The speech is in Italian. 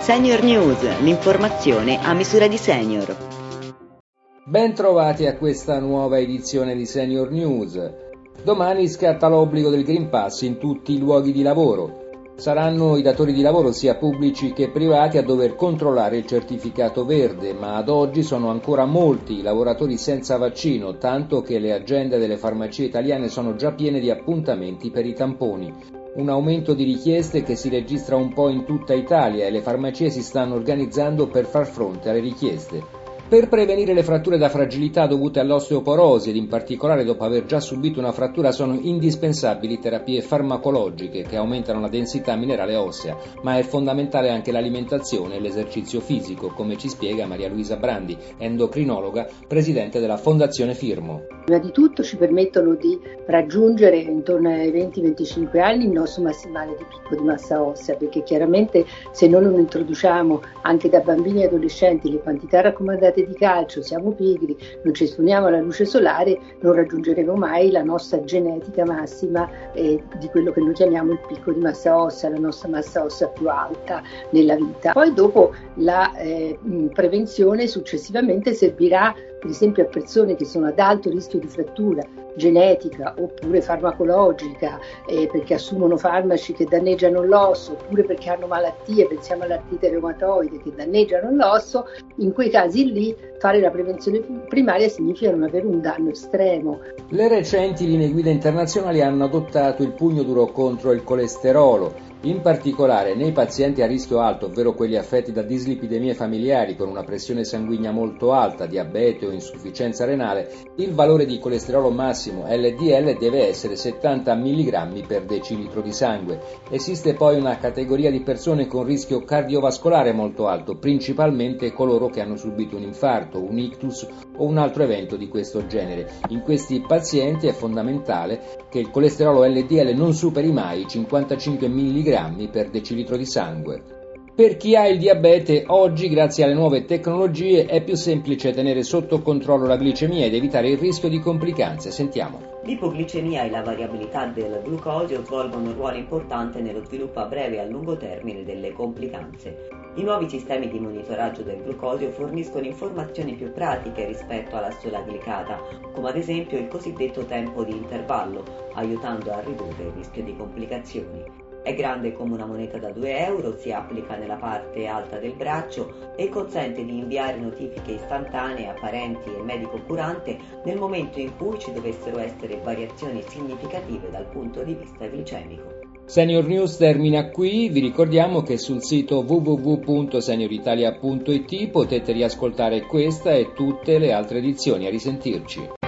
Senior News, l'informazione a misura di senior. Ben trovati a questa nuova edizione di Senior News. Domani scatta l'obbligo del Green Pass in tutti i luoghi di lavoro. Saranno i datori di lavoro, sia pubblici che privati, a dover controllare il certificato verde, ma ad oggi sono ancora molti i lavoratori senza vaccino, tanto che le agende delle farmacie italiane sono già piene di appuntamenti per i tamponi. Un aumento di richieste che si registra un po' in tutta Italia e le farmacie si stanno organizzando per far fronte alle richieste. Per prevenire le fratture da fragilità dovute all'osteoporosi ed in particolare dopo aver già subito una frattura sono indispensabili terapie farmacologiche che aumentano la densità minerale ossea, ma è fondamentale anche l'alimentazione e l'esercizio fisico, come ci spiega Maria Luisa Brandi, endocrinologa, presidente della Fondazione Firmo. Prima di tutto ci permettono di raggiungere intorno ai 20-25 anni il nostro massimale di picco di massa ossea, perché chiaramente se noi non introduciamo anche da bambini e adolescenti le quantità raccomandate di calcio, siamo pigri, non ci esponiamo alla luce solare, non raggiungeremo mai la nostra genetica massima di quello che noi chiamiamo il picco di massa ossea, la nostra massa ossea più alta nella vita. Poi dopo la prevenzione successivamente servirà per esempio a persone che sono ad alto rischio di frattura genetica oppure farmacologica, perché assumono farmaci che danneggiano l'osso, oppure perché hanno malattie, pensiamo all'artrite reumatoide, che danneggiano l'osso. In quei casi lì fare la prevenzione primaria significa non avere un danno estremo. Le recenti linee guida internazionali hanno adottato il pugno duro contro il colesterolo. In particolare nei pazienti a rischio alto, ovvero quelli affetti da dislipidemie familiari con una pressione sanguigna molto alta, diabete o insufficienza renale, il valore di colesterolo massimo LDL deve essere 70 mg per decilitro di sangue. Esiste poi una categoria di persone con rischio cardiovascolare molto alto, principalmente coloro che hanno subito un infarto, un ictus o un altro evento di questo genere. In questi pazienti è fondamentale che il colesterolo LDL non superi mai i 55 mg per decilitro di sangue. Per chi ha il diabete, oggi, grazie alle nuove tecnologie, è più semplice tenere sotto controllo la glicemia ed evitare il rischio di complicanze. Sentiamo. L'ipoglicemia e la variabilità del glucosio svolgono un ruolo importante nello sviluppo a breve e a lungo termine delle complicanze. I nuovi sistemi di monitoraggio del glucosio forniscono informazioni più pratiche rispetto alla sola glicata, come ad esempio il cosiddetto tempo di intervallo, aiutando a ridurre il rischio di complicazioni. È grande come una moneta da 2 euro, si applica nella parte alta del braccio e consente di inviare notifiche istantanee a parenti e medico curante nel momento in cui ci dovessero essere variazioni significative dal punto di vista glicemico. Senior News termina qui, vi ricordiamo che sul sito www.senioritalia.it potete riascoltare questa e tutte le altre edizioni. A risentirci.